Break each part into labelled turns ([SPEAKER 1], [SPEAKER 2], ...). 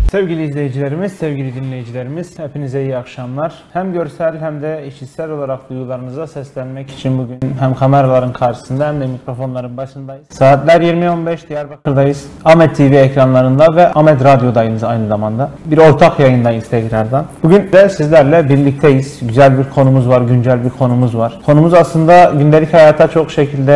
[SPEAKER 1] Sevgili izleyicilerimiz, sevgili dinleyicilerimiz, hepinize iyi akşamlar. Hem görsel hem de işitsel olarak duyularınıza seslenmek için bugün hem kameraların karşısında hem de mikrofonların başındayız. Saatler 20.15, Diyarbakır'dayız. Ahmet TV ekranlarında ve Ahmet Radyo'dayız aynı zamanda. Bir ortak yayındayız tekrardan. Bugün de sizlerle birlikteyiz. Güzel bir konumuz var, güncel bir konumuz var. Konumuz aslında gündelik hayata çok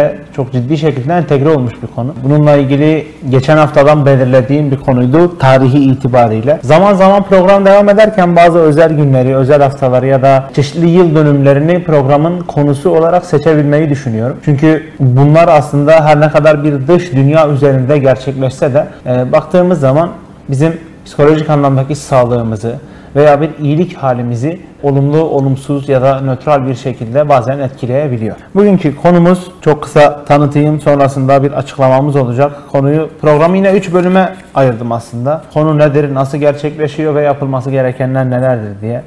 [SPEAKER 1] ciddi şekilde entegre olmuş bir konu. Bununla ilgili geçen haftadan belirlediğim bir konuydu tarihi itibariyle. Zaman zaman program devam ederken bazı özel günleri, özel haftaları ya da çeşitli yıl dönümlerini programın konusu olarak seçebilmeyi düşünüyorum. Çünkü bunlar aslında her ne kadar bir dış dünya üzerinde gerçekleşse de baktığımız zaman bizim psikolojik anlamdaki sağlığımızı veya bir iyilik halimizi olumlu, olumsuz ya da nötral bir şekilde bazen etkileyebiliyor. Bugünkü konumuz, çok kısa tanıtayım, sonrasında bir açıklamamız olacak. Programı yine 3 bölüme ayırdım aslında. Konu nedir, nasıl gerçekleşiyor ve yapılması gerekenler nelerdir diye.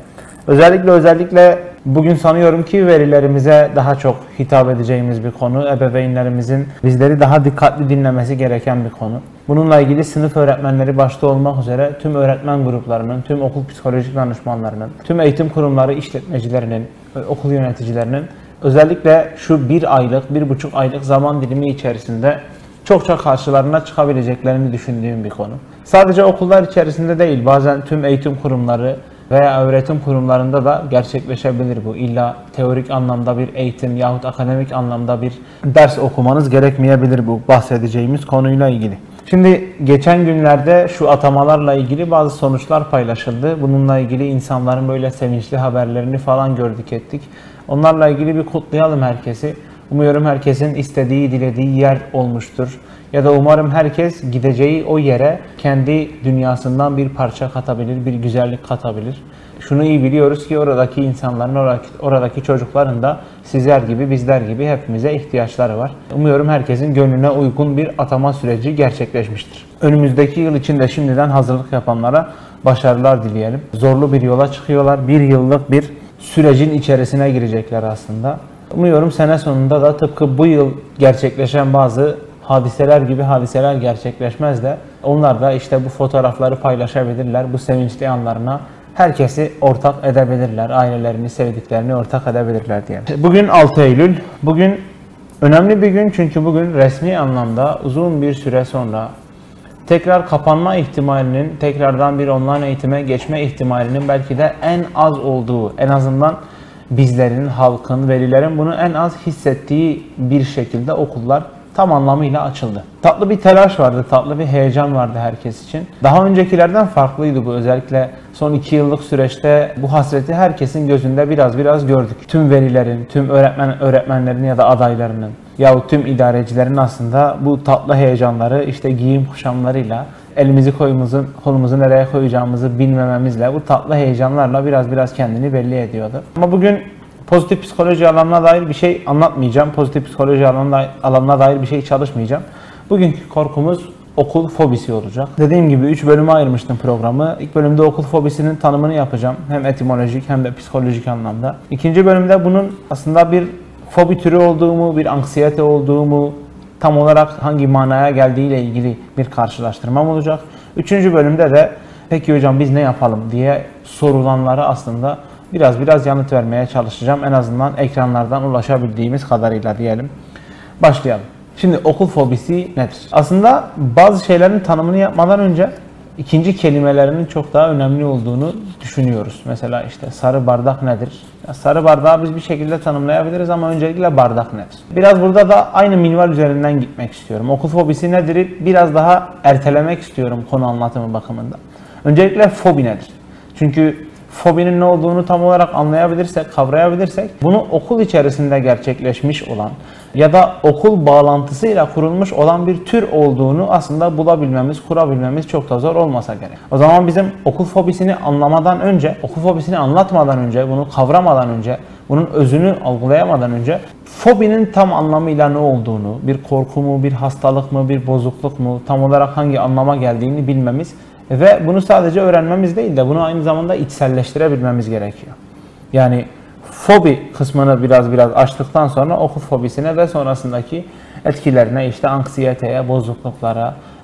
[SPEAKER 1] Özellikle bugün sanıyorum ki velilerimize daha çok hitap edeceğimiz bir konu. Ebeveynlerimizin bizleri daha dikkatli dinlemesi gereken bir konu. Bununla ilgili sınıf öğretmenleri başta olmak üzere tüm öğretmen gruplarının, tüm okul psikolojik danışmanlarının, tüm eğitim kurumları işletmecilerinin, okul yöneticilerinin özellikle şu 1 aylık, 1,5 aylık zaman dilimi içerisinde çokça karşılarına çıkabileceklerini düşündüğüm bir konu. Sadece okullar içerisinde değil, bazen tüm eğitim kurumları veya öğretim kurumlarında da gerçekleşebilir bu. İlla teorik anlamda bir eğitim yahut akademik anlamda bir ders okumanız gerekmeyebilir bu bahsedeceğimiz konuyla ilgili. Şimdi geçen günlerde şu atamalarla ilgili bazı sonuçlar paylaşıldı. Bununla ilgili insanların böyle sevinçli haberlerini falan gördük ettik. Onlarla ilgili bir kutlayalım herkesi. Umuyorum herkesin istediği, dilediği yer olmuştur. Ya da umarım herkes gideceği o yere kendi dünyasından bir parça katabilir, bir güzellik katabilir. Şunu iyi biliyoruz ki oradaki insanların, oradaki çocukların da sizler gibi, bizler gibi hepimize ihtiyaçları var. Umuyorum herkesin gönlüne uygun bir atama süreci gerçekleşmiştir. Önümüzdeki yıl için de şimdiden hazırlık yapanlara başarılar dileyelim. Zorlu bir yola çıkıyorlar. 1 yıllık bir sürecin içerisine girecekler aslında. Umuyorum sene sonunda da tıpkı bu yıl gerçekleşen bazı hadiseler gibi hadiseler gerçekleşmez de onlar da işte bu fotoğrafları paylaşabilirler, bu sevinçli anlarına herkesi ortak edebilirler, ailelerini, sevdiklerini ortak edebilirler diye. Bugün 6 Eylül, bugün önemli bir gün çünkü bugün resmi anlamda uzun bir süre sonra tekrar kapanma ihtimalinin, tekrardan bir online eğitime geçme ihtimalinin belki de en az olduğu, en azından bizlerin, halkın, velilerin bunu en az hissettiği bir şekilde okullar tam anlamıyla açıldı. Tatlı bir telaş vardı, tatlı bir heyecan vardı herkes için. Daha öncekilerden farklıydı bu. Özellikle son 2 yıllık süreçte bu hasreti herkesin gözünde biraz gördük. Tüm velilerin, tüm öğretmenlerin ya da adaylarının yahut tüm idarecilerin aslında bu tatlı heyecanları işte giyim kuşamlarıyla, elimizi kolumuzu nereye koyacağımızı bilmememizle, bu tatlı heyecanlarla biraz kendini belli ediyordu. Ama bugün pozitif psikoloji alanına dair bir şey anlatmayacağım. Pozitif psikoloji alanına dair bir şey çalışmayacağım. Bugünkü korkumuz okul fobisi olacak. Dediğim gibi 3 bölüme ayırmıştım programı. İlk bölümde okul fobisinin tanımını yapacağım. Hem etimolojik hem de psikolojik anlamda. İkinci bölümde bunun aslında bir fobi türü olduğumu, bir anksiyete olduğumu, tam olarak hangi manaya geldiğiyle ilgili bir karşılaştırmam olacak. Üçüncü bölümde de peki hocam biz ne yapalım diye sorulanlara aslında biraz yanıt vermeye çalışacağım. En azından ekranlardan ulaşabildiğimiz kadarıyla diyelim. Başlayalım. Şimdi okul fobisi nedir? Aslında bazı şeylerin tanımını yapmadan önce ikinci kelimelerinin çok daha önemli olduğunu düşünüyoruz. Mesela işte sarı bardak nedir? Sarı bardağı biz bir şekilde tanımlayabiliriz ama öncelikle bardak nedir? Biraz burada da aynı minval üzerinden gitmek istiyorum. Okul fobisi nedir? Biraz daha ertelemek istiyorum konu anlatımı bakımında. Öncelikle fobi nedir? Çünkü fobinin ne olduğunu tam olarak anlayabilirsek, kavrayabilirsek bunu okul içerisinde gerçekleşmiş olan ya da okul bağlantısıyla kurulmuş olan bir tür olduğunu aslında bulabilmemiz, kurabilmemiz çok da zor olmasa gerek. O zaman bizim okul fobisini anlamadan önce, okul fobisini anlatmadan önce, bunu kavramadan önce, bunun özünü algılayamadan önce fobinin tam anlamıyla ne olduğunu, bir korku mu, bir hastalık mı, bir bozukluk mu, tam olarak hangi anlama geldiğini bilmemiz ve bunu sadece öğrenmemiz değil de bunu aynı zamanda içselleştirebilmemiz gerekiyor. Yani fobi kısmını biraz açtıktan sonra okul fobisine ve sonrasındaki etkilerine, işte anksiyeteye, bozukluklara,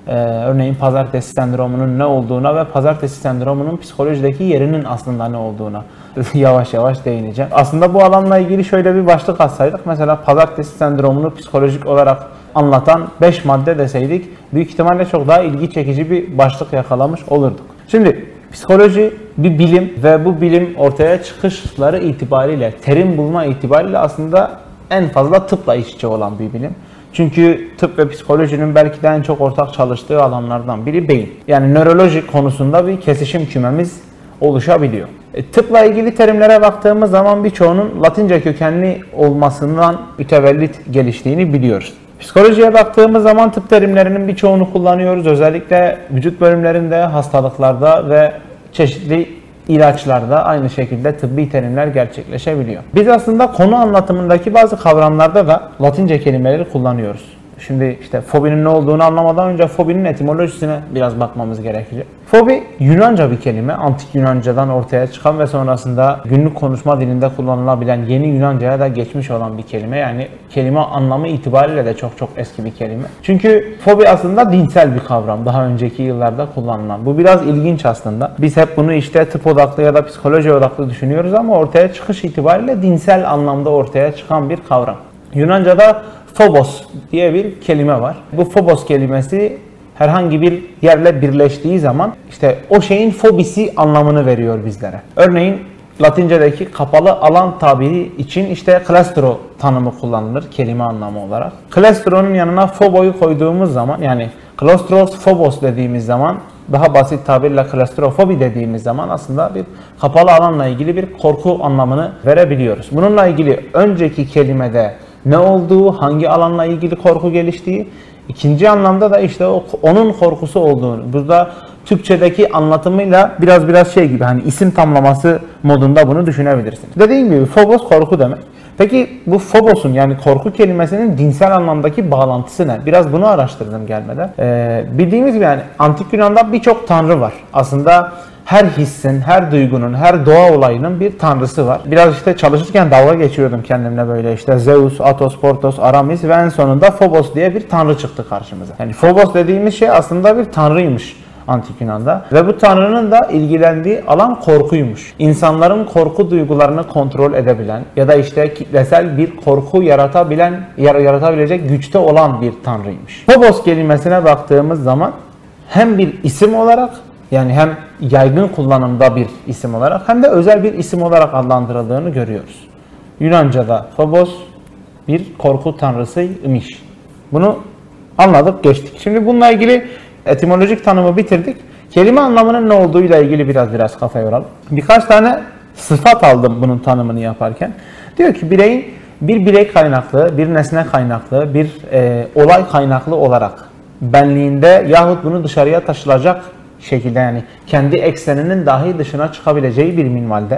[SPEAKER 1] Örneğin pazartesi sendromunun ne olduğuna ve pazartesi sendromunun psikolojideki yerinin aslında ne olduğuna yavaş yavaş değineceğim. Aslında bu alanla ilgili şöyle bir başlık atsaydık. Mesela pazartesi sendromunu psikolojik olarak anlatan 5 madde deseydik büyük ihtimalle çok daha ilgi çekici bir başlık yakalamış olurduk. Şimdi psikoloji bir bilim ve bu bilim ortaya çıkışları itibariyle, terim bulma itibariyle aslında en fazla tıpla iç içe olan bir bilim. Çünkü tıp ve psikolojinin belki de en çok ortak çalıştığı alanlardan biri beyin. Yani nöroloji konusunda bir kesişim kümemiz oluşabiliyor. Tıpla ilgili terimlere baktığımız zaman birçoğunun Latince kökenli olmasından mütevellit geliştiğini biliyoruz. Psikolojiye baktığımız zaman tıp terimlerinin birçoğunu kullanıyoruz. Özellikle vücut bölümlerinde, hastalıklarda ve çeşitli ilaçlarda aynı şekilde tıbbi terimler gerçekleşebiliyor. Biz aslında konu anlatımındaki bazı kavramlarda da Latince kelimeleri kullanıyoruz. Şimdi işte fobinin ne olduğunu anlamadan önce fobinin etimolojisine biraz bakmamız gerekecek. Fobi Yunanca bir kelime. Antik Yunanca'dan ortaya çıkan ve sonrasında günlük konuşma dilinde kullanılabilen yeni Yunanca'ya da geçmiş olan bir kelime. Yani kelime anlamı itibariyle de çok eski bir kelime. Çünkü fobi aslında dinsel bir kavram. Daha önceki yıllarda kullanılan. Bu biraz ilginç aslında. Biz hep bunu işte tıp odaklı ya da psikoloji odaklı düşünüyoruz ama ortaya çıkış itibariyle dinsel anlamda ortaya çıkan bir kavram. Yunanca'da phobos diye bir kelime var. Bu phobos kelimesi herhangi bir yerle birleştiği zaman işte o şeyin fobisi anlamını veriyor bizlere. Örneğin Latince'deki kapalı alan tabiri için işte claustro tanımı kullanılır kelime anlamı olarak. Claustro'nun yanına phobo'yu koyduğumuz zaman yani claustros phobos dediğimiz zaman daha basit tabirle klaustrofobi dediğimiz zaman aslında bir kapalı alanla ilgili bir korku anlamını verebiliyoruz. Bununla ilgili önceki kelimede ne olduğu, hangi alanla ilgili korku geliştiği, ikinci anlamda da işte onun korkusu olduğunu, burada Türkçedeki anlatımıyla biraz şey gibi hani isim tamlaması modunda bunu düşünebilirsiniz. Dediğim gibi phobos korku demek. Peki bu phobos'un yani korku kelimesinin dinsel anlamdaki bağlantısı ne? Biraz bunu araştırdım gelmeden. Bildiğimiz gibi yani Antik Yunan'da birçok tanrı var. Aslında her hissin, her duygunun, her doğa olayının bir tanrısı var. Biraz işte çalışırken dalga geçiyordum kendimle böyle işte Zeus, Athos, Portos, Aramis ve en sonunda Phobos diye bir tanrı çıktı karşımıza. Yani Phobos dediğimiz şey aslında bir tanrıymış Antik Yunan'da ve bu tanrının da ilgilendiği alan korkuymuş. İnsanların korku duygularını kontrol edebilen ya da işte kitlesel bir korku yaratabilecek güçte olan bir tanrıymış. Phobos kelimesine baktığımız zaman hem bir isim olarak yani hem yaygın kullanımda bir isim olarak hem de özel bir isim olarak adlandırıldığını görüyoruz. Yunanca'da Phobos bir korku tanrısıymış. Bunu anladık, geçtik. Şimdi bununla ilgili etimolojik tanımı bitirdik. Kelime anlamının ne olduğuyla ilgili biraz kafa yoralım. Birkaç tane sıfat aldım bunun tanımını yaparken. Diyor ki bir birey kaynaklı, bir nesne kaynaklı, bir olay kaynaklı olarak benliğinde yahut bunu dışarıya taşılacak şekilde yani kendi ekseninin dahi dışına çıkabileceği bir minvalde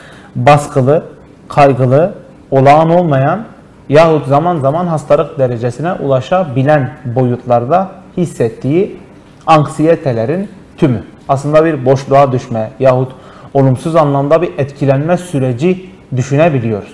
[SPEAKER 1] baskılı, kaygılı, olağan olmayan yahut zaman zaman hastalık derecesine ulaşabilen boyutlarda hissettiği anksiyetelerin tümü. Aslında bir boşluğa düşme yahut olumsuz anlamda bir etkilenme süreci düşünebiliyoruz.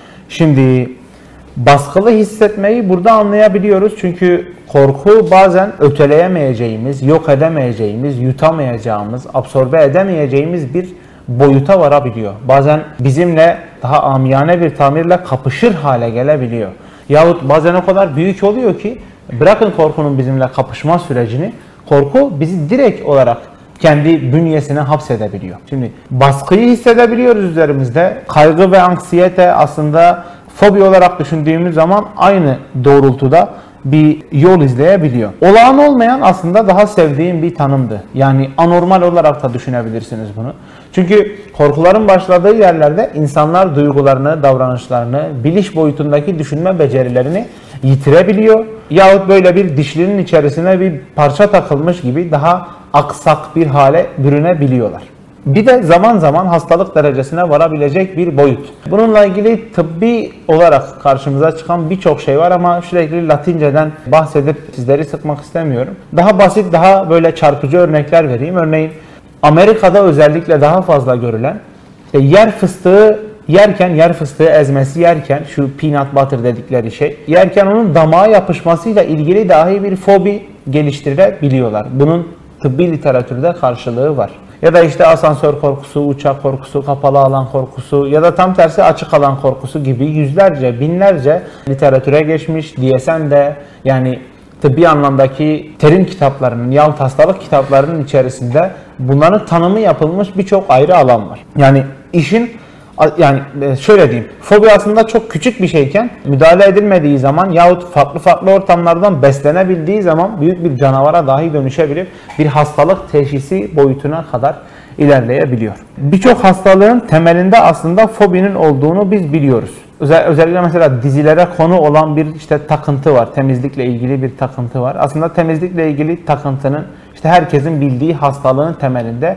[SPEAKER 1] Şimdi baskılı hissetmeyi burada anlayabiliyoruz çünkü korku bazen öteleyemeyeceğimiz, yok edemeyeceğimiz, yutamayacağımız, absorbe edemeyeceğimiz bir boyuta varabiliyor. Bazen bizimle daha amiyane bir tamirle kapışır hale gelebiliyor. Yahut bazen o kadar büyük oluyor ki bırakın korkunun bizimle kapışma sürecini, korku bizi direkt olarak kendi bünyesine hapsedebiliyor. Şimdi baskıyı hissedebiliyoruz üzerimizde. Kaygı ve anksiyete aslında fobi olarak düşündüğümüz zaman aynı doğrultuda bir yol izleyebiliyor. Olağan olmayan aslında daha sevdiğim bir tanımdı. Yani anormal olarak da düşünebilirsiniz bunu. Çünkü korkuların başladığı yerlerde insanlar duygularını, davranışlarını, biliş boyutundaki düşünme becerilerini yitirebiliyor. Yahut böyle bir dişlinin içerisine bir parça takılmış gibi daha aksak bir hale bürünebiliyorlar. Bir de zaman zaman hastalık derecesine varabilecek bir boyut. Bununla ilgili tıbbi olarak karşımıza çıkan birçok şey var ama sürekli Latinceden bahsedip sizleri sıkmak istemiyorum. Daha basit, daha böyle çarpıcı örnekler vereyim. Örneğin Amerika'da özellikle daha fazla görülen yer fıstığı yerken, yer fıstığı ezmesi yerken, şu peanut butter dedikleri şey, yerken onun damağa yapışmasıyla ilgili dahi bir fobi geliştirebiliyorlar. Bunun tıbbi literatürde karşılığı var. Ya da işte asansör korkusu, uçak korkusu, kapalı alan korkusu ya da tam tersi açık alan korkusu gibi yüzlerce, binlerce literatüre geçmiş. DSM'de, yani tıbbi anlamdaki terim kitaplarının yahut hastalık kitaplarının içerisinde bunların tanımı yapılmış birçok ayrı alan var. Yani şöyle diyeyim, fobi aslında çok küçük bir şeyken müdahale edilmediği zaman yahut farklı ortamlardan beslenebildiği zaman büyük bir canavara dahi dönüşebilir. Bir hastalık teşhisi boyutuna kadar ilerleyebiliyor. Birçok hastalığın temelinde aslında fobinin olduğunu biz biliyoruz. Özellikle mesela dizilere konu olan bir takıntı var. Temizlikle ilgili bir takıntı var. Aslında temizlikle ilgili takıntının herkesin bildiği hastalığın temelinde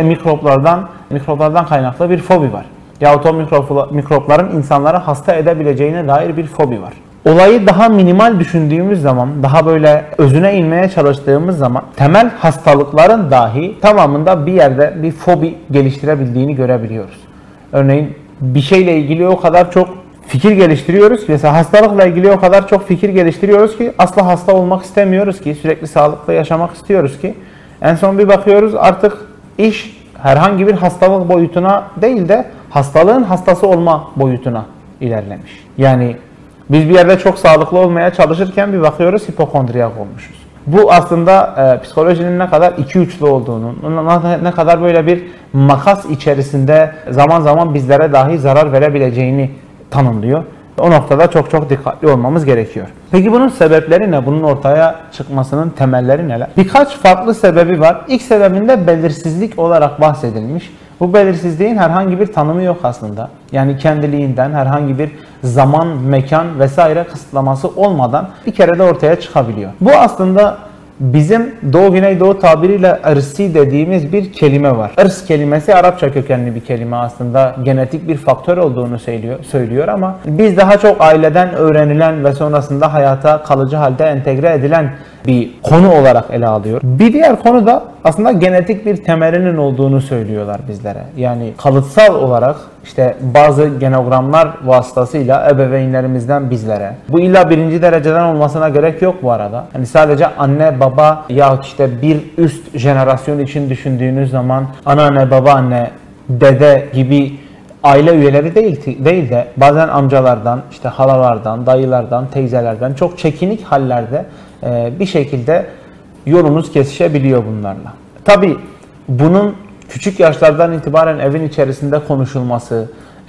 [SPEAKER 1] mikroplardan kaynaklı bir fobi var. Yahut o mikropların insanları hasta edebileceğine dair bir fobi var. Olayı daha minimal düşündüğümüz zaman, daha böyle özüne inmeye çalıştığımız zaman temel hastalıkların dahi tamamında bir yerde bir fobi geliştirebildiğini görebiliyoruz. Örneğin bir şeyle ilgili o kadar çok fikir geliştiriyoruz ki, mesela hastalıkla ilgili o kadar çok fikir geliştiriyoruz ki asla hasta olmak istemiyoruz ki, sürekli sağlıklı yaşamak istiyoruz ki en son bir bakıyoruz artık iş herhangi bir hastalık boyutuna değil de hastalığın hastası olma boyutuna ilerlemiş. Yani biz bir yerde çok sağlıklı olmaya çalışırken bir bakıyoruz hipokondriyak olmuşuz. Bu aslında psikolojinin ne kadar iki uçlu olduğunu, ne kadar böyle bir makas içerisinde zaman zaman bizlere dahi zarar verebileceğini tanımlıyor. O noktada çok dikkatli olmamız gerekiyor. Peki bunun sebepleri ne? Bunun ortaya çıkmasının temelleri neler? Birkaç farklı sebebi var. İlk sebebinde belirsizlik olarak bahsedilmiş. Bu belirsizliğin herhangi bir tanımı yok aslında. Yani kendiliğinden herhangi bir zaman, mekan vesaire kısıtlaması olmadan bir kere de ortaya çıkabiliyor. Bu aslında bizim Doğu Güneydoğu tabiriyle ırsi dediğimiz bir kelime var. Irs kelimesi Arapça kökenli bir kelime, aslında genetik bir faktör olduğunu söylüyor ama biz daha çok aileden öğrenilen ve sonrasında hayata kalıcı halde entegre edilen bir konu olarak ele alıyor. Bir diğer konu da aslında genetik bir temelinin olduğunu söylüyorlar bizlere. Yani kalıtsal olarak bazı genogramlar vasıtasıyla ebeveynlerimizden bizlere. Bu illa birinci dereceden olmasına gerek yok bu arada. Yani sadece anne, baba yahut bir üst jenerasyon için düşündüğünüz zaman anneanne, babaanne, dede gibi aile üyeleri değil de bazen amcalardan, halalardan, dayılardan, teyzelerden çok çekinik hallerde bir şekilde yolunuz kesişebiliyor bunlarla. Tabii bunun küçük yaşlardan itibaren evin içerisinde konuşulması,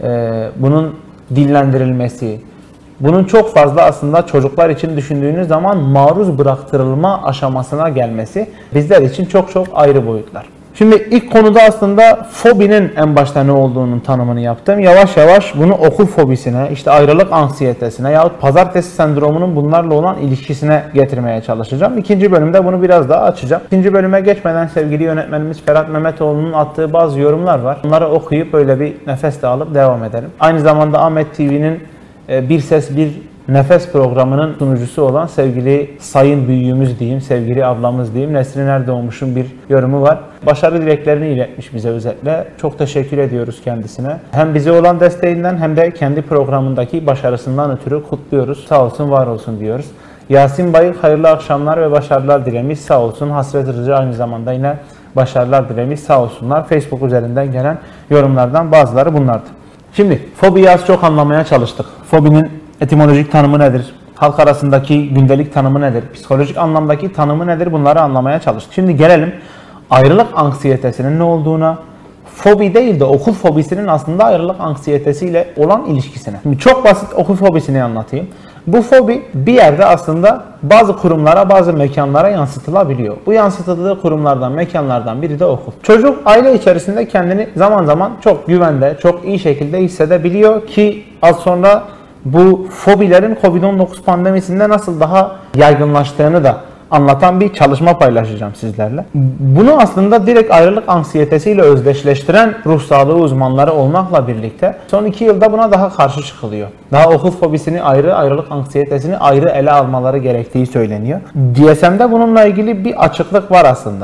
[SPEAKER 1] bunun dillendirilmesi, bunun çok fazla aslında çocuklar için düşündüğünüz zaman maruz bıraktırılma aşamasına gelmesi bizler için çok ayrı boyutlar. Şimdi ilk konuda aslında fobinin en başta ne olduğunun tanımını yaptım. Yavaş yavaş bunu okul fobisine, ayrılık anksiyetesine yahut pazartesi sendromunun bunlarla olan ilişkisine getirmeye çalışacağım. İkinci bölümde bunu biraz daha açacağım. İkinci bölüme geçmeden sevgili yönetmenimiz Ferhat Mehmetoğlu'nun attığı bazı yorumlar var. Bunları okuyup böyle bir nefes de alıp devam edelim. Aynı zamanda Ahmet TV'nin Bir Ses Bir Nefes programının sunucusu olan sevgili sayın büyüğümüz diyeyim, sevgili ablamız diyeyim, Nesrin Erdoğmuş'un bir yorumu var. Başarı dileklerini iletmiş bize özetle. Çok teşekkür ediyoruz kendisine. Hem bize olan desteğinden hem de kendi programındaki başarısından ötürü kutluyoruz. Sağ olsun, var olsun diyoruz. Yasin Bayık hayırlı akşamlar ve başarılar dilemiş. Sağ olsun. Hasret Rıcı aynı zamanda yine başarılar dilemiş. Sağ olsunlar. Facebook üzerinden gelen yorumlardan bazıları bunlardı. Şimdi fobiyi az çok anlamaya çalıştık. Fobinin etimolojik tanımı nedir? Halk arasındaki gündelik tanımı nedir? Psikolojik anlamdaki tanımı nedir? Bunları anlamaya çalıştık. Şimdi gelelim ayrılık anksiyetesinin ne olduğuna. Fobi değil de okul fobisinin aslında ayrılık anksiyetesiyle olan ilişkisine. Şimdi çok basit okul fobisini anlatayım. Bu fobi bir yerde aslında bazı kurumlara, bazı mekanlara yansıtılabiliyor. Bu yansıtıldığı kurumlardan, mekanlardan biri de okul. Çocuk aile içerisinde kendini zaman zaman çok güvende, çok iyi şekilde hissedebiliyor ki az sonra bu fobilerin Covid-19 pandemisinde nasıl daha yaygınlaştığını da anlatan bir çalışma paylaşacağım sizlerle. Bunu aslında direkt ayrılık anksiyetesiyle özdeşleştiren ruh sağlığı uzmanları olmakla birlikte son 2 yılda buna daha karşı çıkılıyor. Daha okul fobisini ayrı, ayrılık anksiyetesini ayrı ele almaları gerektiği söyleniyor. DSM'de bununla ilgili bir açıklık var aslında.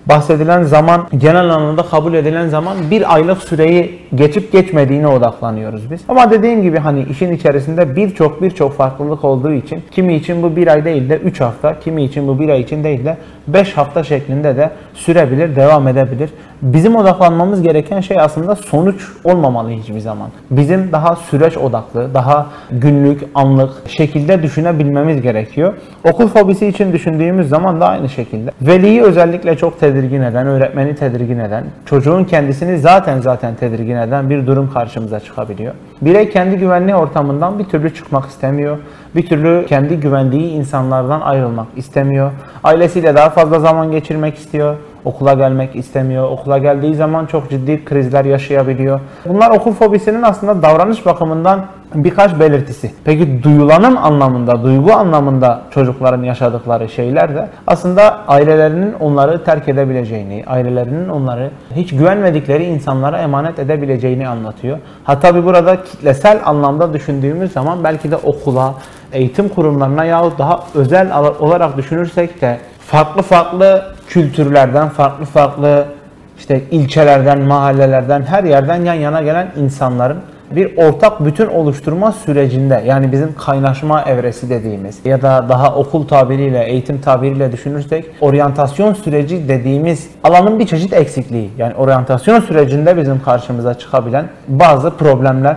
[SPEAKER 1] bahsedilen zaman, genel anlamda kabul edilen zaman bir aylık süreyi geçip geçmediğine odaklanıyoruz biz. Ama dediğim gibi hani işin içerisinde birçok farklılık olduğu için kimi için bu bir ay değil de 3 hafta, kimi için bu bir ay için değil de 5 hafta şeklinde de sürebilir, devam edebilir. Bizim odaklanmamız gereken şey aslında sonuç olmamalı hiçbir zaman. Bizim daha süreç odaklı, daha günlük, anlık şekilde düşünebilmemiz gerekiyor. Okul fobisi için düşündüğümüz zaman da aynı şekilde. Veliyi özellikle çok tedirgin eden, öğretmeni tedirgin eden, çocuğun kendisini zaten tedirgin eden bir durum karşımıza çıkabiliyor. Birey kendi güvenli ortamından bir türlü çıkmak istemiyor. Bir türlü kendi güvendiği insanlardan ayrılmak istemiyor. Ailesiyle daha fazla zaman geçirmek istiyor. Okula gelmek istemiyor. Okula geldiği zaman çok ciddi krizler yaşayabiliyor. Bunlar okul fobisinin aslında davranış bakımından birkaç belirtisi. Peki duyulanın anlamında, duygu anlamında çocukların yaşadıkları şeyler de aslında ailelerinin onları terk edebileceğini, ailelerinin onları hiç güvenmedikleri insanlara emanet edebileceğini anlatıyor. Hatta burada kitlesel anlamda düşündüğümüz zaman belki de okula, eğitim kurumlarına yahut daha özel olarak düşünürsek de farklı kültürlerden, farklı işte ilçelerden, mahallelerden, her yerden yan yana gelen insanların bir ortak bütün oluşturma sürecinde, yani bizim kaynaşma evresi dediğimiz ya da daha okul tabiriyle, eğitim tabiriyle düşünürsek oryantasyon süreci dediğimiz alanın bir çeşit eksikliği. Yani oryantasyon sürecinde bizim karşımıza çıkabilen bazı problemler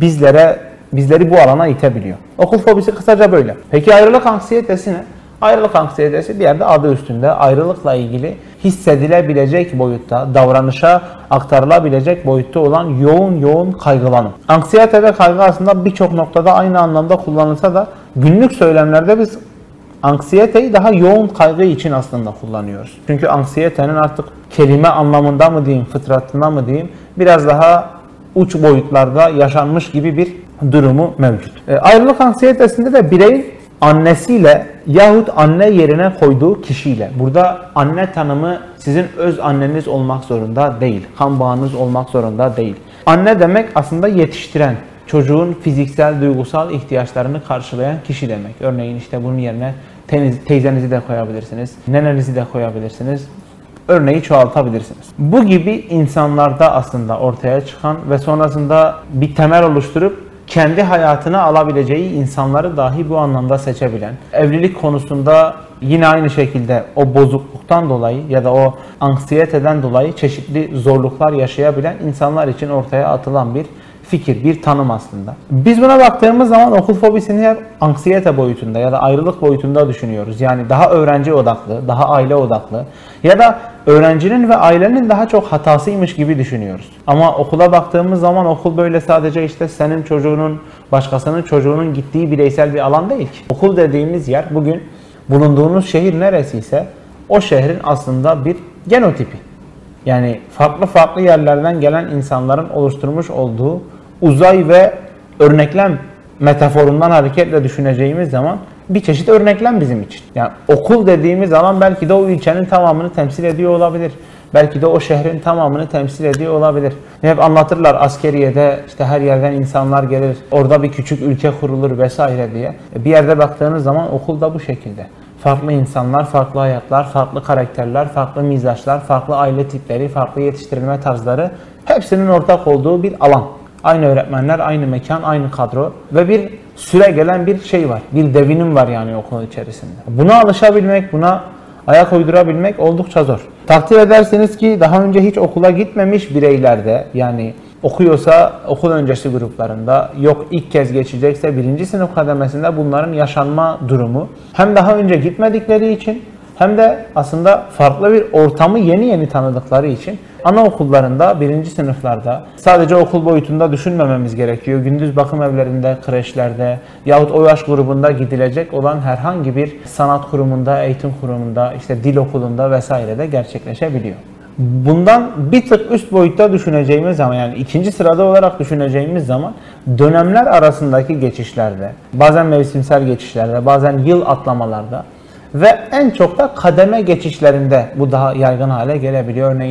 [SPEAKER 1] bizleri bu alana itebiliyor. Okul fobisi kısaca böyle. Peki ayrılık anksiyetesi ne? Ayrılık anksiyetesi bir yerde adı üstünde ayrılıkla ilgili hissedilebilecek boyutta, davranışa aktarılabilecek boyutta olan yoğun kaygılanım. Anksiyete ve kaygı aslında birçok noktada aynı anlamda kullanılsa da günlük söylemlerde biz anksiyeteyi daha yoğun kaygı için aslında kullanıyoruz. Çünkü anksiyetenin artık kelime anlamında mı diyeyim, fıtratında mı diyeyim, biraz daha uç boyutlarda yaşanmış gibi bir durumu mevcut. Ayrılık anksiyetesinde de bireyin annesiyle yahut anne yerine koyduğu kişiyle. Burada anne tanımı sizin öz anneniz olmak zorunda değil. Kan bağınız olmak zorunda değil. Anne demek aslında yetiştiren, çocuğun fiziksel, duygusal ihtiyaçlarını karşılayan kişi demek. Örneğin işte bunun yerine teyzenizi de koyabilirsiniz, nenenizi de koyabilirsiniz. Örneği çoğaltabilirsiniz. Bu gibi insanlarda aslında ortaya çıkan ve sonrasında bir temel oluşturup kendi hayatına alabileceği insanları dahi bu anlamda seçebilen, evlilik konusunda yine aynı şekilde o bozukluktan dolayı ya da o anksiyeteden dolayı çeşitli zorluklar yaşayabilen insanlar için ortaya atılan bir fikir, bir tanım aslında. Biz buna baktığımız zaman okul fobisini hep anksiyete boyutunda ya da ayrılık boyutunda düşünüyoruz. Yani daha öğrenci odaklı, daha aile odaklı ya da öğrencinin ve ailenin daha çok hatasıymış gibi düşünüyoruz. Ama okula baktığımız zaman okul böyle sadece işte senin çocuğunun, başkasının çocuğunun gittiği bireysel bir alan değil ki. Okul dediğimiz yer bugün bulunduğunuz şehir neresiyse o şehrin aslında bir genotipi. Yani farklı yerlerden gelen insanların oluşturmuş olduğu uzay ve örneklem metaforundan hareketle düşüneceğimiz zaman bir çeşit örneklem bizim için. Yani okul dediğimiz alan belki de o ilçenin tamamını temsil ediyor olabilir. Belki de o şehrin tamamını temsil ediyor olabilir. Hep anlatırlar askeriyede işte her yerden insanlar gelir, orada bir küçük ülke kurulur vesaire diye. Bir yerde baktığınız zaman okul da bu şekilde. Farklı insanlar, farklı hayatlar, farklı karakterler, farklı mizaçlar, farklı aile tipleri, farklı yetiştirilme tarzları hepsinin ortak olduğu bir alan. Aynı öğretmenler, aynı mekan, aynı kadro ve bir süre gelen bir şey var. Bir devinim var yani okulun içerisinde. Buna alışabilmek, buna ayak uydurabilmek oldukça zor. Takdir edersiniz ki daha önce hiç okula gitmemiş bireylerde, yani okuyorsa okul öncesi gruplarında, yok ilk kez geçecekse birinci sınıf kademesinde bunların yaşanma durumu hem daha önce gitmedikleri için hem de aslında farklı bir ortamı yeni tanıdıkları için anaokullarında, birinci sınıflarda sadece okul boyutunda düşünmememiz gerekiyor. Gündüz bakım evlerinde, kreşlerde yahut o yaş grubunda gidilecek olan herhangi bir sanat kurumunda, eğitim kurumunda, işte dil okulunda vesairede gerçekleşebiliyor. Bundan bir tık üst boyutta düşüneceğimiz zaman, yani ikinci sırada olarak düşüneceğimiz zaman dönemler arasındaki geçişlerde, bazen mevsimsel geçişlerde, bazen yıl atlamalarda ve en çok da kademe geçişlerinde bu daha yaygın hale gelebiliyor. Örneğin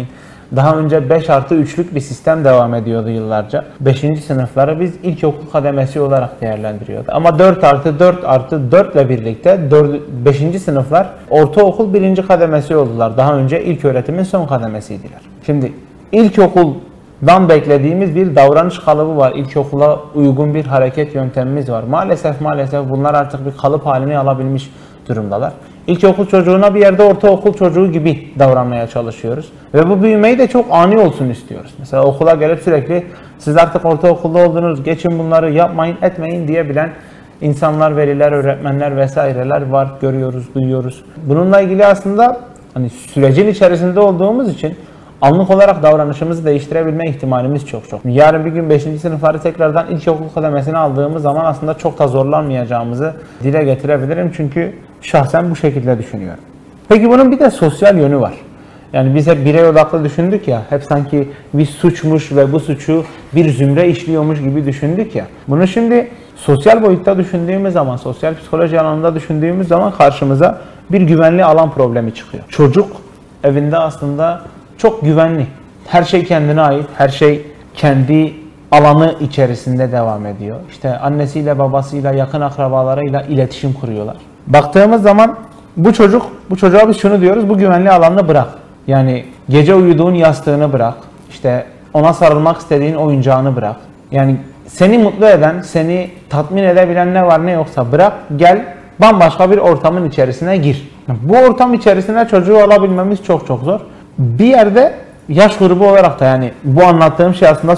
[SPEAKER 1] Daha önce 5 artı 3'lük bir sistem devam ediyordu yıllarca. 5. sınıfları biz ilkokul kademesi olarak değerlendiriyorduk. Ama 4 artı 4 artı 4 ile birlikte 5. sınıflar ortaokul 1. kademesi oldular. Daha önce ilköğretimin son kademesiydiler. Şimdi ilkokuldan beklediğimiz bir davranış kalıbı var. İlkokula uygun bir hareket yöntemimiz var. Maalesef bunlar artık bir kalıp halini alabilmiş durumdalar. İlkokul çocuğuna bir yerde ortaokul çocuğu gibi davranmaya çalışıyoruz. Ve bu büyümeyi de çok ani olsun istiyoruz. Mesela okula gelip sürekli siz artık ortaokulda oldunuz, geçin bunları yapmayın, etmeyin diyebilen insanlar, veliler, öğretmenler vesaireler var. Görüyoruz, duyuyoruz. Bununla ilgili aslında hani sürecin içerisinde olduğumuz için anlık olarak davranışımızı değiştirebilme ihtimalimiz çok. Yarın bir gün 5. sınıfları tekrardan ilkokul kademesine aldığımız zaman aslında çok da zorlanmayacağımızı dile getirebilirim. Çünkü şahsen bu şekilde düşünüyorum. Peki bunun bir de sosyal yönü var. Yani biz hep birey odaklı düşündük ya, hep sanki bir suçmuş ve bu suçu bir zümre işliyormuş gibi düşündük ya. Bunu şimdi sosyal boyutta düşündüğümüz zaman, sosyal psikoloji alanında düşündüğümüz zaman karşımıza bir güvenli alan problemi çıkıyor. Çocuk evinde aslında çok güvenli. Her şey kendine ait, her şey kendi alanı içerisinde devam ediyor. İşte annesiyle, babasıyla, yakın akrabalarıyla iletişim kuruyorlar. Baktığımız zaman bu çocuğa biz şunu diyoruz, bu güvenli alanını bırak. Yani gece uyuduğun yastığını bırak, işte ona sarılmak istediğin oyuncağını bırak. Yani seni mutlu eden, seni tatmin edebilen ne var ne yoksa bırak, gel bambaşka bir ortamın içerisine gir. Bu ortam içerisine çocuğu alabilmemiz çok zor. Bir yerde yaş grubu olarak da, yani bu anlattığım şey aslında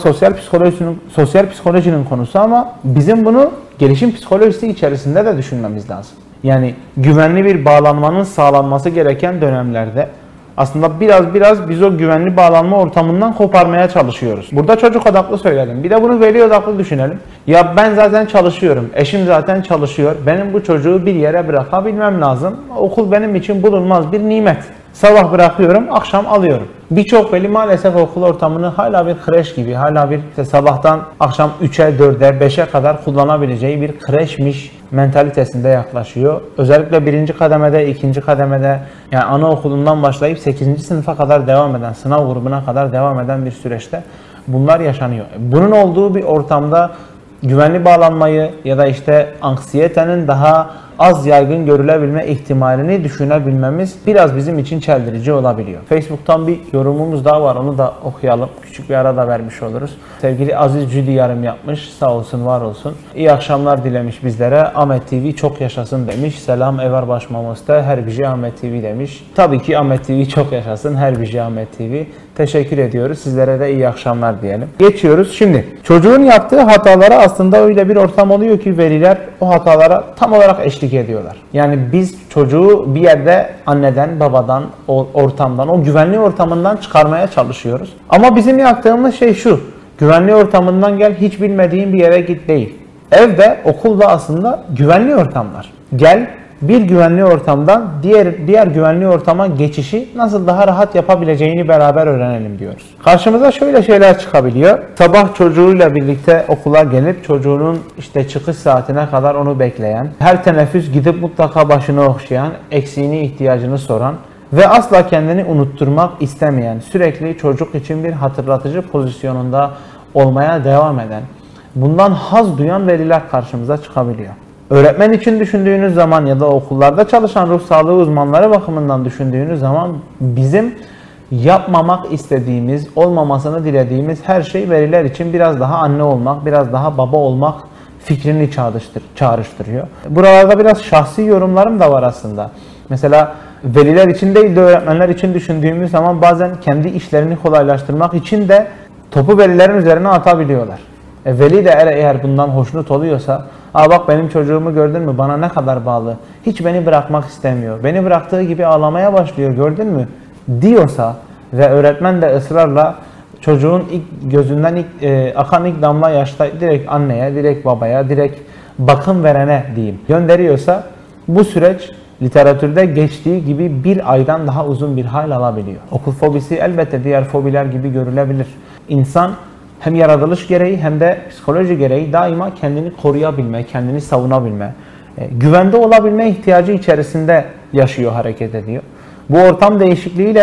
[SPEAKER 1] sosyal psikolojinin konusu ama bizim bunu gelişim psikolojisi içerisinde de düşünmemiz lazım. Yani güvenli bir bağlanmanın sağlanması gereken dönemlerde aslında biraz biz o güvenli bağlanma ortamından koparmaya çalışıyoruz. Burada çocuk odaklı söyledim. Bir de bunu veli odaklı düşünelim. Ya ben zaten çalışıyorum, eşim zaten çalışıyor. Benim bu çocuğu bir yere bırakabilmem lazım. Okul benim için bulunmaz bir nimet. Sabah bırakıyorum, akşam alıyorum. Birçok veli maalesef okul ortamını hala bir kreş gibi, hala bir sabahtan akşam 3'e, 4'e, 5'e kadar kullanabileceği bir kreşmiş mentalitesinde yaklaşıyor. Özellikle 1. kademede, 2. kademede, yani anaokulundan başlayıp 8. sınıfa kadar devam eden, sınav grubuna kadar devam eden bir süreçte bunlar yaşanıyor. Bunun olduğu bir ortamda güvenli bağlanmayı ya da işte anksiyetenin daha az yaygın görülebilme ihtimalini düşünebilmemiz biraz bizim için çeldirici olabiliyor. Facebook'tan bir yorumumuz daha var, onu da okuyalım. Küçük bir ara da vermiş oluruz. Sevgili Aziz Cüdi yarım yapmış. Sağ olsun, var olsun. İyi akşamlar dilemiş bizlere. Ahmet TV çok yaşasın demiş. Selam Evar Başmamoste. Her bir Ahmet TV demiş. Tabii ki Ahmet TV çok yaşasın. Her bir Ahmet TV. Teşekkür ediyoruz. Sizlere de iyi akşamlar diyelim. Geçiyoruz. Şimdi çocuğun yaptığı hatalara aslında öyle bir ortam oluyor ki veliler o hatalara tam olarak eşlik ediyorlar. Yani biz çocuğu bir yerde anneden, babadan, o ortamdan, o güvenli ortamından çıkarmaya çalışıyoruz. Ama bizim yaptığımız şey şu: güvenli ortamından gel, hiç bilmediğin bir yere git değil. Evde, okulda aslında güvenli ortamlar. Gel, bir güvenli ortamdan diğer güvenli ortama geçişi nasıl daha rahat yapabileceğini beraber öğrenelim diyoruz. Karşımıza şöyle şeyler çıkabiliyor. Sabah çocuğuyla birlikte okula gelip çocuğunun işte çıkış saatine kadar onu bekleyen, her teneffüs gidip mutlaka başını okşayan, eksiğini, ihtiyacını soran ve asla kendini unutturmak istemeyen, sürekli çocuk için bir hatırlatıcı pozisyonunda olmaya devam eden, bundan haz duyan veliler karşımıza çıkabiliyor. Öğretmen için düşündüğünüz zaman ya da okullarda çalışan ruh sağlığı uzmanları bakımından düşündüğünüz zaman bizim yapmamak istediğimiz, olmamasını dilediğimiz her şey veliler için biraz daha anne olmak, biraz daha baba olmak fikrini çağrıştırıyor. Buralarda biraz şahsi yorumlarım da var aslında. Mesela veliler için değil de öğretmenler için düşündüğümüz zaman bazen kendi işlerini kolaylaştırmak için de topu velilerin üzerine atabiliyorlar. Veli de eğer bundan hoşnut oluyorsa, "Aa bak benim çocuğumu gördün mü, bana ne kadar bağlı, hiç beni bırakmak istemiyor, beni bıraktığı gibi ağlamaya başlıyor, gördün mü?" diyorsa ve öğretmen de ısrarla çocuğun gözünden akan ilk damla yaşta direkt anneye, direkt babaya, direkt bakım verene diyeyim gönderiyorsa, bu süreç literatürde geçtiği gibi bir aydan daha uzun bir hal alabiliyor. Okul fobisi elbette diğer fobiler gibi görülebilir. İnsan hem yaratılış gereği hem de psikoloji gereği daima kendini koruyabilme, kendini savunabilme, güvende olabilme ihtiyacı içerisinde yaşıyor, hareket ediyor. Bu ortam değişikliğiyle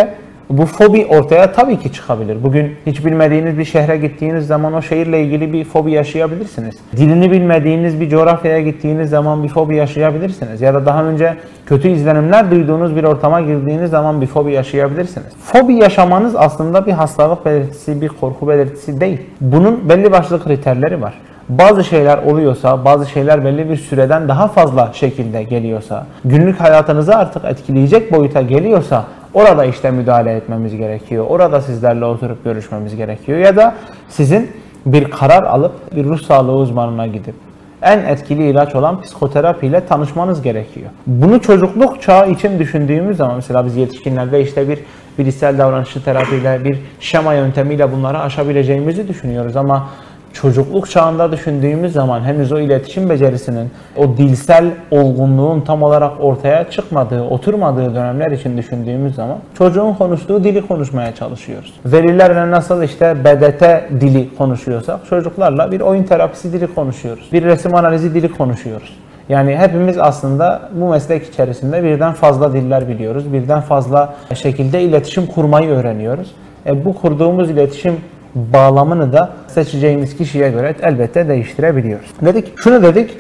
[SPEAKER 1] Bu fobi ortaya tabii ki çıkabilir. Bugün hiç bilmediğiniz bir şehre gittiğiniz zaman o şehirle ilgili bir fobi yaşayabilirsiniz. Dilini bilmediğiniz bir coğrafyaya gittiğiniz zaman bir fobi yaşayabilirsiniz. Ya da daha önce kötü izlenimler duyduğunuz bir ortama girdiğiniz zaman bir fobi yaşayabilirsiniz. Fobi yaşamanız aslında bir hastalık belirtisi, bir korku belirtisi değil. Bunun belli başlı kriterleri var. Bazı şeyler oluyorsa, bazı şeyler belli bir süreden daha fazla şekilde geliyorsa, günlük hayatınızı artık etkileyecek boyuta geliyorsa orada işte müdahale etmemiz gerekiyor. Orada sizlerle oturup görüşmemiz gerekiyor. Ya da sizin bir karar alıp bir ruh sağlığı uzmanına gidip en etkili ilaç olan psikoterapiyle tanışmanız gerekiyor. Bunu çocukluk çağı için düşündüğümüz zaman mesela biz yetişkinlerde işte bir bilişsel davranışçı terapiyle, bir şema yöntemiyle bunları aşabileceğimizi düşünüyoruz ama çocukluk çağında düşündüğümüz zaman henüz o iletişim becerisinin, o dilsel olgunluğun tam olarak ortaya çıkmadığı, oturmadığı dönemler için düşündüğümüz zaman çocuğun konuştuğu dili konuşmaya çalışıyoruz. Velilerle nasıl işte BDT dili konuşuyorsak çocuklarla bir oyun terapisi dili konuşuyoruz. Bir resim analizi dili konuşuyoruz. Yani hepimiz aslında bu meslek içerisinde birden fazla diller biliyoruz. Birden fazla şekilde iletişim kurmayı öğreniyoruz. Bu kurduğumuz iletişim bağlamını da seçeceğimiz kişiye göre elbette değiştirebiliyoruz. Şunu dedik,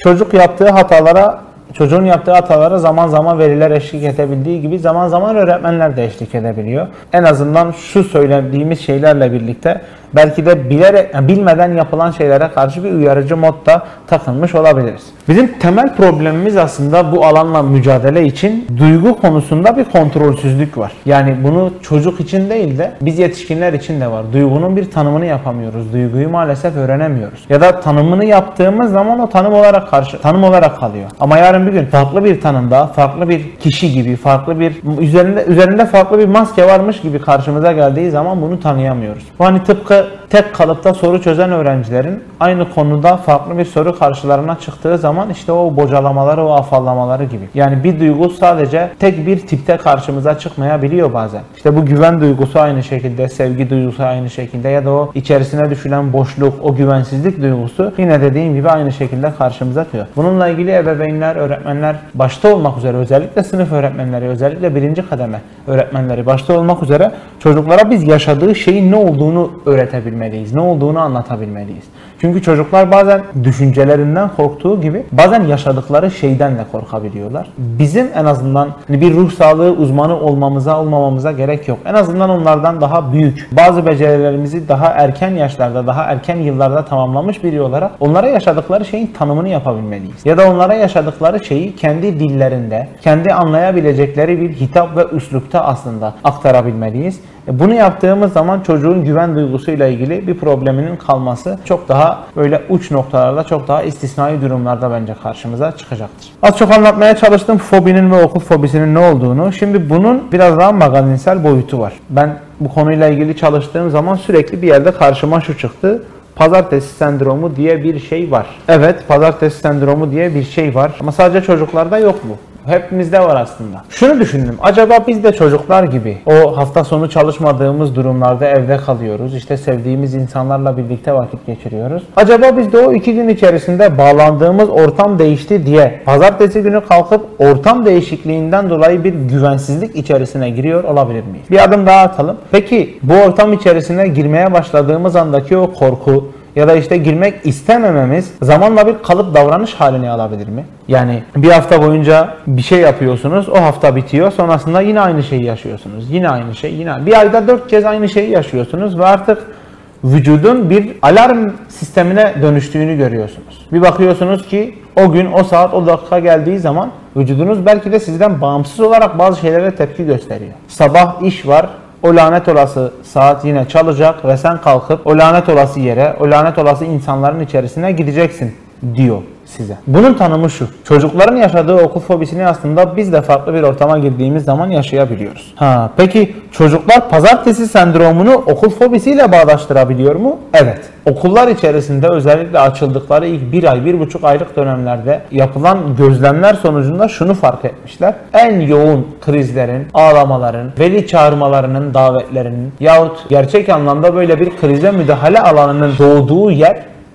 [SPEAKER 1] çocuğun yaptığı hatalara zaman zaman veliler eşlik edebildiği gibi zaman zaman öğretmenler de eşlik edebiliyor. En azından şu söylediğimiz şeylerle birlikte belki de bilmeden yapılan şeylere karşı bir uyarıcı modda takılmış olabiliriz. Bizim temel problemimiz aslında bu alanla mücadele için duygu konusunda bir kontrolsüzlük var. Yani bunu çocuk için değil de biz yetişkinler için de var. Duygunun bir tanımını yapamıyoruz. Duyguyu maalesef öğrenemiyoruz. Ya da tanımını yaptığımız zaman o tanım olarak kalıyor. Ama yarın bir gün farklı bir tanımda, farklı bir kişi gibi, farklı bir üzerinde farklı bir maske varmış gibi karşımıza geldiği zaman bunu tanıyamıyoruz. Bu hani tıpkı tek kalıpta soru çözen öğrencilerin aynı konuda farklı bir soru karşılarına çıktığı zaman işte o bocalamaları, o afallamaları gibi. Yani bir duygu sadece tek bir tipte karşımıza çıkmayabiliyor bazen. İşte bu güven duygusu aynı şekilde, sevgi duygusu aynı şekilde ya da o içerisine düşülen boşluk, o güvensizlik duygusu yine dediğim gibi aynı şekilde karşımıza çıkıyor. Bununla ilgili ebeveynler, öğretmenler başta olmak üzere özellikle sınıf öğretmenleri, özellikle birinci kademe öğretmenleri başta olmak üzere çocuklara biz yaşadığı şeyin ne olduğunu öğretebilmeliyiz, ne olduğunu anlatabilmeliyiz. Çünkü çocuklar bazen düşüncelerinden korktuğu gibi bazen yaşadıkları şeyden de korkabiliyorlar. Bizim en azından bir ruh sağlığı uzmanı olmamamıza gerek yok. En azından onlardan daha büyük, bazı becerilerimizi daha erken yaşlarda, daha erken yıllarda tamamlamış biri olarak onlara yaşadıkları şeyin tanımını yapabilmeliyiz. Ya da onlara yaşadıkları şeyi kendi dillerinde, kendi anlayabilecekleri bir hitap ve üslupta aslında aktarabilmeliyiz. Bunu yaptığımız zaman çocuğun güven duygusuyla ilgili bir probleminin kalması çok daha böyle uç noktalarda, çok daha istisnai durumlarda bence karşımıza çıkacaktır. Az çok anlatmaya çalıştım fobinin ve okul fobisinin ne olduğunu. Şimdi bunun biraz daha magazinsel boyutu var. Ben bu konuyla ilgili çalıştığım zaman sürekli bir yerde karşıma şu çıktı. Pazartesi sendromu diye bir şey var. Evet, pazartesi sendromu diye bir şey var. Ama sadece çocuklarda yok bu. Hepimizde var aslında. Şunu düşündüm. Acaba biz de çocuklar gibi o hafta sonu çalışmadığımız durumlarda evde kalıyoruz. İşte sevdiğimiz insanlarla birlikte vakit geçiriyoruz. Acaba biz de o 2 gün içerisinde bağlandığımız ortam değişti diye pazartesi günü kalkıp ortam değişikliğinden dolayı bir güvensizlik içerisine giriyor olabilir miyiz? Bir adım daha atalım. Peki bu ortam içerisine girmeye başladığımız andaki o korku ya da işte girmek istemememiz zamanla bir kalıp davranış halini alabilir mi? Yani bir hafta boyunca bir şey yapıyorsunuz, o hafta bitiyor, sonrasında yine aynı şeyi yaşıyorsunuz. Yine aynı şey, yine bir ayda 4 kez aynı şeyi yaşıyorsunuz ve artık vücudun bir alarm sistemine dönüştüğünü görüyorsunuz. Bir bakıyorsunuz ki o gün, o saat, o dakika geldiği zaman vücudunuz belki de sizden bağımsız olarak bazı şeylere tepki gösteriyor. Sabah iş var. O lanet olası saat yine çalacak ve sen kalkıp o lanet olası yere, o lanet olası insanların içerisine gideceksin diyor size. Bunun tanımı şu. Çocukların yaşadığı okul fobisini aslında biz de farklı bir ortama girdiğimiz zaman yaşayabiliyoruz. Peki çocuklar pazartesi sendromunu okul fobisiyle bağdaştırabiliyor mu? Evet. Okullar içerisinde özellikle açıldıkları ilk 1 ay, 1,5 aylık dönemlerde yapılan gözlemler sonucunda şunu fark etmişler. En yoğun krizlerin, ağlamaların, veli çağırmalarının, davetlerinin yahut gerçek anlamda böyle bir krize müdahale alanının doğduğu yer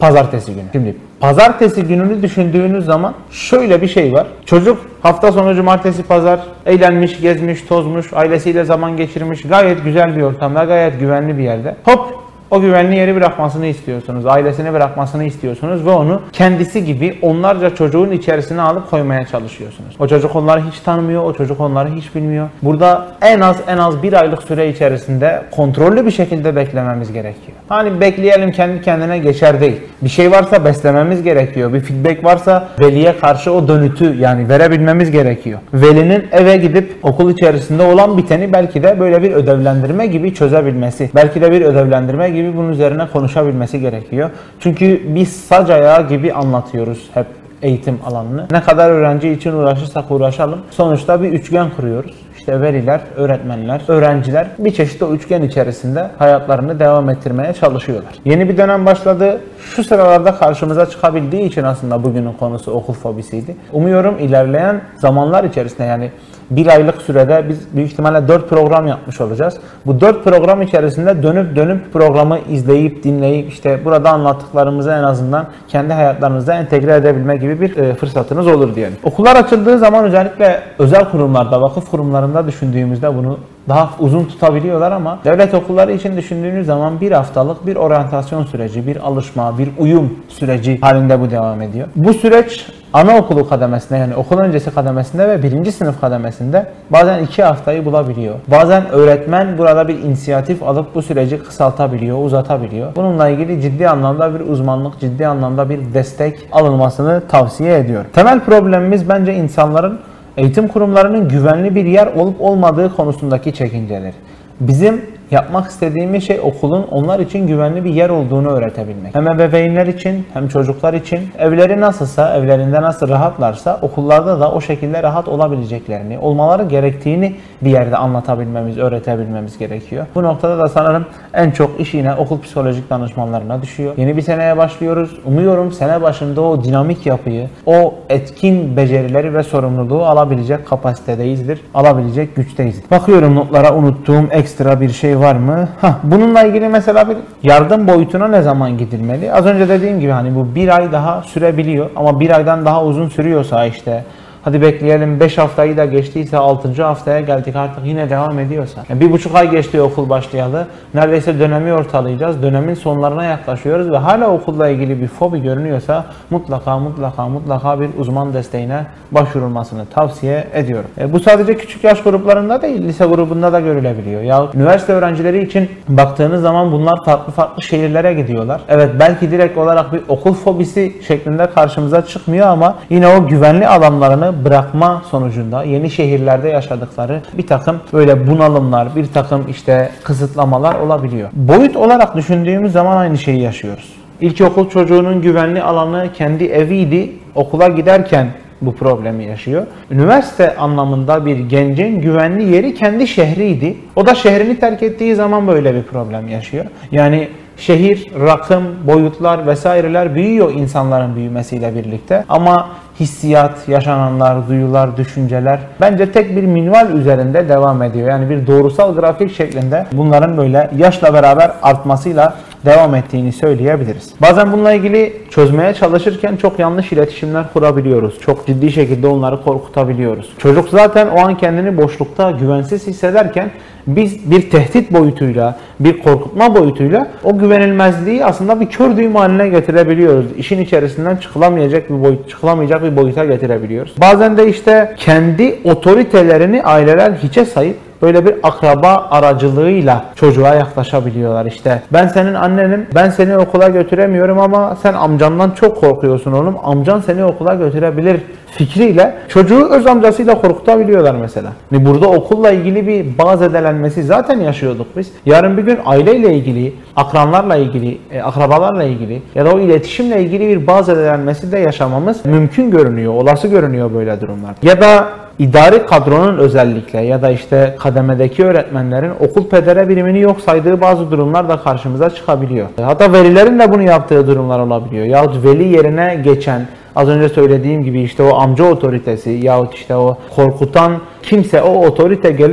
[SPEAKER 1] pazartesi günü. Şimdi pazartesi gününü düşündüğünüz zaman şöyle bir şey var. Çocuk hafta sonu cumartesi pazar eğlenmiş, gezmiş, tozmuş, ailesiyle zaman geçirmiş, gayet güzel bir ortamda, gayet güvenli bir yerde. Hop, o güvenli yeri bırakmasını istiyorsunuz, ailesini bırakmasını istiyorsunuz ve onu kendisi gibi onlarca çocuğun içerisine alıp koymaya çalışıyorsunuz. O çocuk onları hiç tanımıyor, o çocuk onları hiç bilmiyor. Burada en az bir aylık süre içerisinde kontrollü bir şekilde beklememiz gerekiyor. Hani bekleyelim kendi kendine geçer değil. Bir şey varsa beslememiz gerekiyor. Bir feedback varsa veliye karşı o dönütü yani verebilmemiz gerekiyor. Velinin eve gidip okul içerisinde olan biteni belki de böyle bir ödevlendirme gibi çözebilmesi, belki de bir ödevlendirme gibi bunun üzerine konuşabilmesi gerekiyor. Çünkü biz sac ayağı gibi anlatıyoruz hep eğitim alanını. Ne kadar öğrenci için uğraşırsak uğraşalım. Sonuçta bir üçgen kuruyoruz. İşte veliler, öğretmenler, öğrenciler bir çeşit o üçgen içerisinde hayatlarını devam ettirmeye çalışıyorlar. Yeni bir dönem başladı. Şu sıralarda karşımıza çıkabildiği için aslında bugünün konusu okul fobisiydi. Umuyorum ilerleyen zamanlar içerisinde yani bir aylık sürede biz büyük ihtimalle 4 program yapmış olacağız. Bu 4 program içerisinde dönüp programı izleyip, dinleyip işte burada anlattıklarımızı en azından kendi hayatlarınıza entegre edebilme gibi bir fırsatınız olur diyelim. Okullar açıldığı zaman özellikle özel kurumlarda, vakıf kurumlarında düşündüğümüzde bunu daha uzun tutabiliyorlar ama devlet okulları için düşündüğünüz zaman bir haftalık bir oryantasyon süreci, bir alışma, bir uyum süreci halinde bu devam ediyor. Bu süreç anaokulu kademesinde yani okul öncesi kademesinde ve 1. sınıf kademesinde bazen 2 haftayı bulabiliyor. Bazen öğretmen burada bir inisiyatif alıp bu süreci kısaltabiliyor, uzatabiliyor. Bununla ilgili ciddi anlamda bir uzmanlık, ciddi anlamda bir destek alınmasını tavsiye ediyorum. Temel problemimiz bence insanların eğitim kurumlarının güvenli bir yer olup olmadığı konusundaki çekinceleri. Bizim yapmak istediğimiz şey okulun onlar için güvenli bir yer olduğunu öğretebilmek. Hem ebeveynler için hem çocuklar için evleri nasılsa, evlerinde nasıl rahatlarsa okullarda da o şekilde rahat olabileceklerini, olmaları gerektiğini bir yerde anlatabilmemiz, öğretebilmemiz gerekiyor. Bu noktada da sanırım en çok iş yine okul psikolojik danışmanlarına düşüyor. Yeni bir seneye başlıyoruz. Umuyorum sene başında o dinamik yapıyı, o etkin becerileri ve sorumluluğu alabilecek kapasitedeyizdir, alabilecek güçteyiz. Bakıyorum notlara unuttuğum ekstra bir şey var mı? Bununla ilgili mesela bir yardım boyutuna ne zaman gidilmeli? Az önce dediğim gibi hani bu bir ay daha sürebiliyor ama bir aydan daha uzun sürüyorsa işte hadi bekleyelim 5 haftayı da geçtiyse 6. haftaya geldik artık yine devam ediyorsa. Yani 1,5 ay geçti okul başlayalı. Neredeyse dönemi ortalayacağız. Dönemin sonlarına yaklaşıyoruz ve hala okulla ilgili bir fobi görünüyorsa mutlaka bir uzman desteğine başvurulmasını tavsiye ediyorum. Bu sadece küçük yaş gruplarında değil, lise grubunda da görülebiliyor. Ya üniversite öğrencileri için baktığınız zaman bunlar farklı şehirlere gidiyorlar. Evet belki direkt olarak bir okul fobisi şeklinde karşımıza çıkmıyor ama yine o güvenli alanlarını bırakma sonucunda yeni şehirlerde yaşadıkları bir takım böyle bunalımlar, bir takım işte kısıtlamalar olabiliyor. Boyut olarak düşündüğümüz zaman aynı şeyi yaşıyoruz. İlkokul çocuğunun güvenli alanı kendi eviydi, okula giderken bu problemi yaşıyor. Üniversite anlamında bir gencin güvenli yeri kendi şehriydi. O da şehrini terk ettiği zaman böyle bir problem yaşıyor. Yani şehir, rakım, boyutlar vesaireler büyüyor insanların büyümesiyle birlikte. Ama hissiyat, yaşananlar, duyular, düşünceler bence tek bir minval üzerinde devam ediyor. Yani bir doğrusal grafik şeklinde bunların böyle yaşla beraber artmasıyla devam ettiğini söyleyebiliriz. Bazen bununla ilgili çözmeye çalışırken çok yanlış iletişimler kurabiliyoruz. Çok ciddi şekilde onları korkutabiliyoruz. Çocuk zaten o an kendini boşlukta güvensiz hissederken biz bir tehdit boyutuyla, bir korkutma boyutuyla o güvenilmezliği aslında bir kör düğüm haline getirebiliyoruz. İşin içerisinden çıkılamayacak bir boyuta getirebiliyoruz. Bazen de işte kendi otoritelerini aileler hiçe sayıp böyle bir akraba aracılığıyla çocuğa yaklaşabiliyorlar. İşte ben senin annenim, ben seni okula götüremiyorum ama sen amcandan çok korkuyorsun oğlum. Amcan seni okula götürebilir fikriyle çocuğu öz amcasıyla korkutabiliyorlar mesela. Burada okulla ilgili bir bağ zedelenmesi zaten yaşıyorduk biz. Yarın bir gün aileyle ilgili, akranlarla ilgili, akrabalarla ilgili ya da o iletişimle ilgili bir bağ zedelenmesi de yaşamamız mümkün görünüyor, olası görünüyor böyle durumlar. Ya da İdari kadronun özellikle ya da işte kademedeki öğretmenlerin okul pedere birimini yok saydığı bazı durumlar da karşımıza çıkabiliyor. Hatta velilerin de bunu yaptığı durumlar olabiliyor. Yahut veli yerine geçen, az önce söylediğim gibi işte o amca otoritesi yahut işte o korkutan kimse o otorite gelip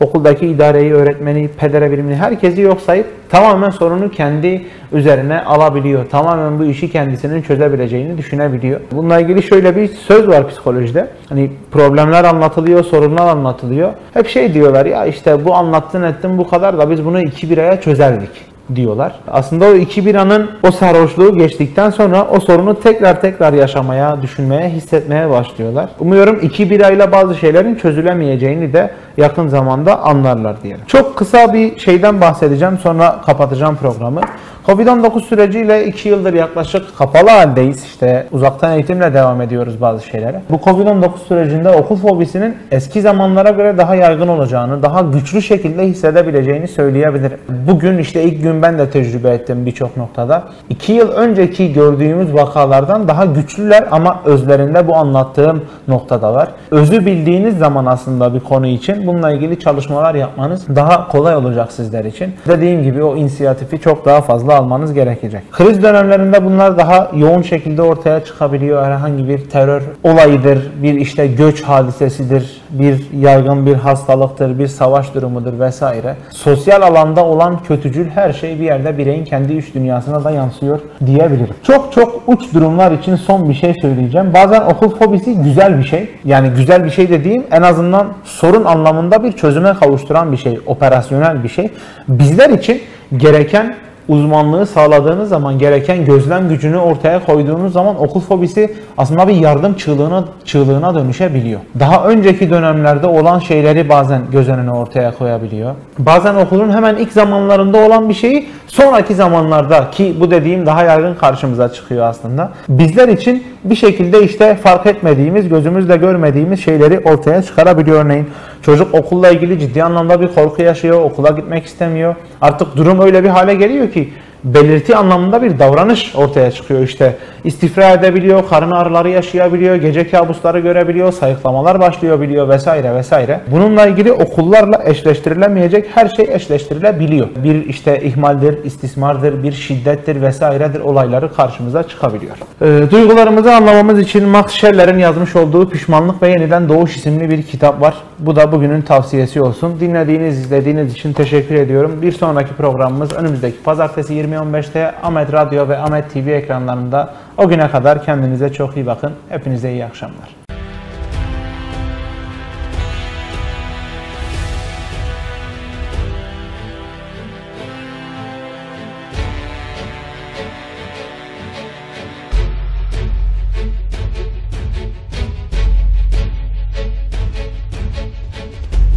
[SPEAKER 1] okuldaki idareyi, öğretmeni, pedere birimini, herkesi yok sayıp tamamen sorunu kendi üzerine alabiliyor. Tamamen bu işi kendisinin çözebileceğini düşünebiliyor. Bununla ilgili şöyle bir söz var psikolojide. Hani problemler anlatılıyor, sorunlar anlatılıyor. Hep şey diyorlar, ya işte bu anlattın ettin bu kadar da biz bunu 2 biraya çözerdik diyorlar. Aslında o 2 biranın o sarhoşluğu geçtikten sonra o sorunu tekrar yaşamaya, düşünmeye, hissetmeye başlıyorlar. Umuyorum 2 birayla bazı şeylerin çözülemeyeceğini de yakın zamanda anlarlar diyelim. Çok kısa bir şeyden bahsedeceğim, sonra kapatacağım programı. Covid-19 süreciyle 2 yıldır yaklaşık kapalı haldeyiz. İşte uzaktan eğitimle devam ediyoruz bazı şeylere. Bu Covid-19 sürecinde okul fobisinin eski zamanlara göre daha yaygın olacağını, daha güçlü şekilde hissedebileceğini söyleyebilirim. Bugün işte ilk gün ben de tecrübe ettim birçok noktada. 2 yıl önceki gördüğümüz vakalardan daha güçlüler ama özlerinde bu anlattığım noktada var. Özü bildiğiniz zaman aslında bir konu için bununla ilgili çalışmalar yapmanız daha kolay olacak sizler için. Dediğim gibi o inisiyatifi çok daha fazla almanız gerekecek. Kriz dönemlerinde bunlar daha yoğun şekilde ortaya çıkabiliyor. Herhangi bir terör olayıdır, bir işte göç hadisesidir, bir yaygın bir hastalıktır, bir savaş durumudur vesaire. Sosyal alanda olan kötücül her şey bir yerde bireyin kendi iç dünyasına da yansıyor diyebilirim. Çok uç durumlar için son bir şey söyleyeceğim. Bazen okul fobisi güzel bir şey. Yani güzel bir şey dediğim en azından sorun anlamında bir çözüme kavuşturan bir şey, operasyonel bir şey. Bizler için gereken uzmanlığı sağladığınız zaman, gereken gözlem gücünü ortaya koyduğunuz zaman okul fobisi aslında bir yardım çığlığına dönüşebiliyor. Daha önceki dönemlerde olan şeyleri bazen göz önüne ortaya koyabiliyor. Bazen okulun hemen ilk zamanlarında olan bir şeyi sonraki zamanlarda, ki bu dediğim daha yaygın karşımıza çıkıyor aslında. Bizler için bir şekilde işte fark etmediğimiz, gözümüzle görmediğimiz şeyleri ortaya çıkarabiliyor. Örneğin çocuk okulla ilgili ciddi anlamda bir korku yaşıyor, okula gitmek istemiyor. Artık durum öyle bir hale geliyor ki belirti anlamında bir davranış ortaya çıkıyor. İşte istifra edebiliyor, karın ağrıları yaşayabiliyor, gece kabusları görebiliyor, sayıklamalar başlayabiliyor vesaire vesaire. Bununla ilgili okullarla eşleştirilemeyecek her şey eşleştirilebiliyor. Bir işte ihmaldir, istismardır, bir şiddettir vesairedir olayları karşımıza çıkabiliyor. Duygularımızı anlamamız için Max Scheller'in yazmış olduğu Pişmanlık ve Yeniden Doğuş isimli bir kitap var. Bu da bugünün tavsiyesi olsun. Dinlediğiniz, izlediğiniz için teşekkür ediyorum. Bir sonraki programımız önümüzdeki pazartesi 20.15'te Ahmet Radyo ve Ahmet TV ekranlarında. O güne kadar kendinize çok iyi bakın. Hepinize iyi akşamlar.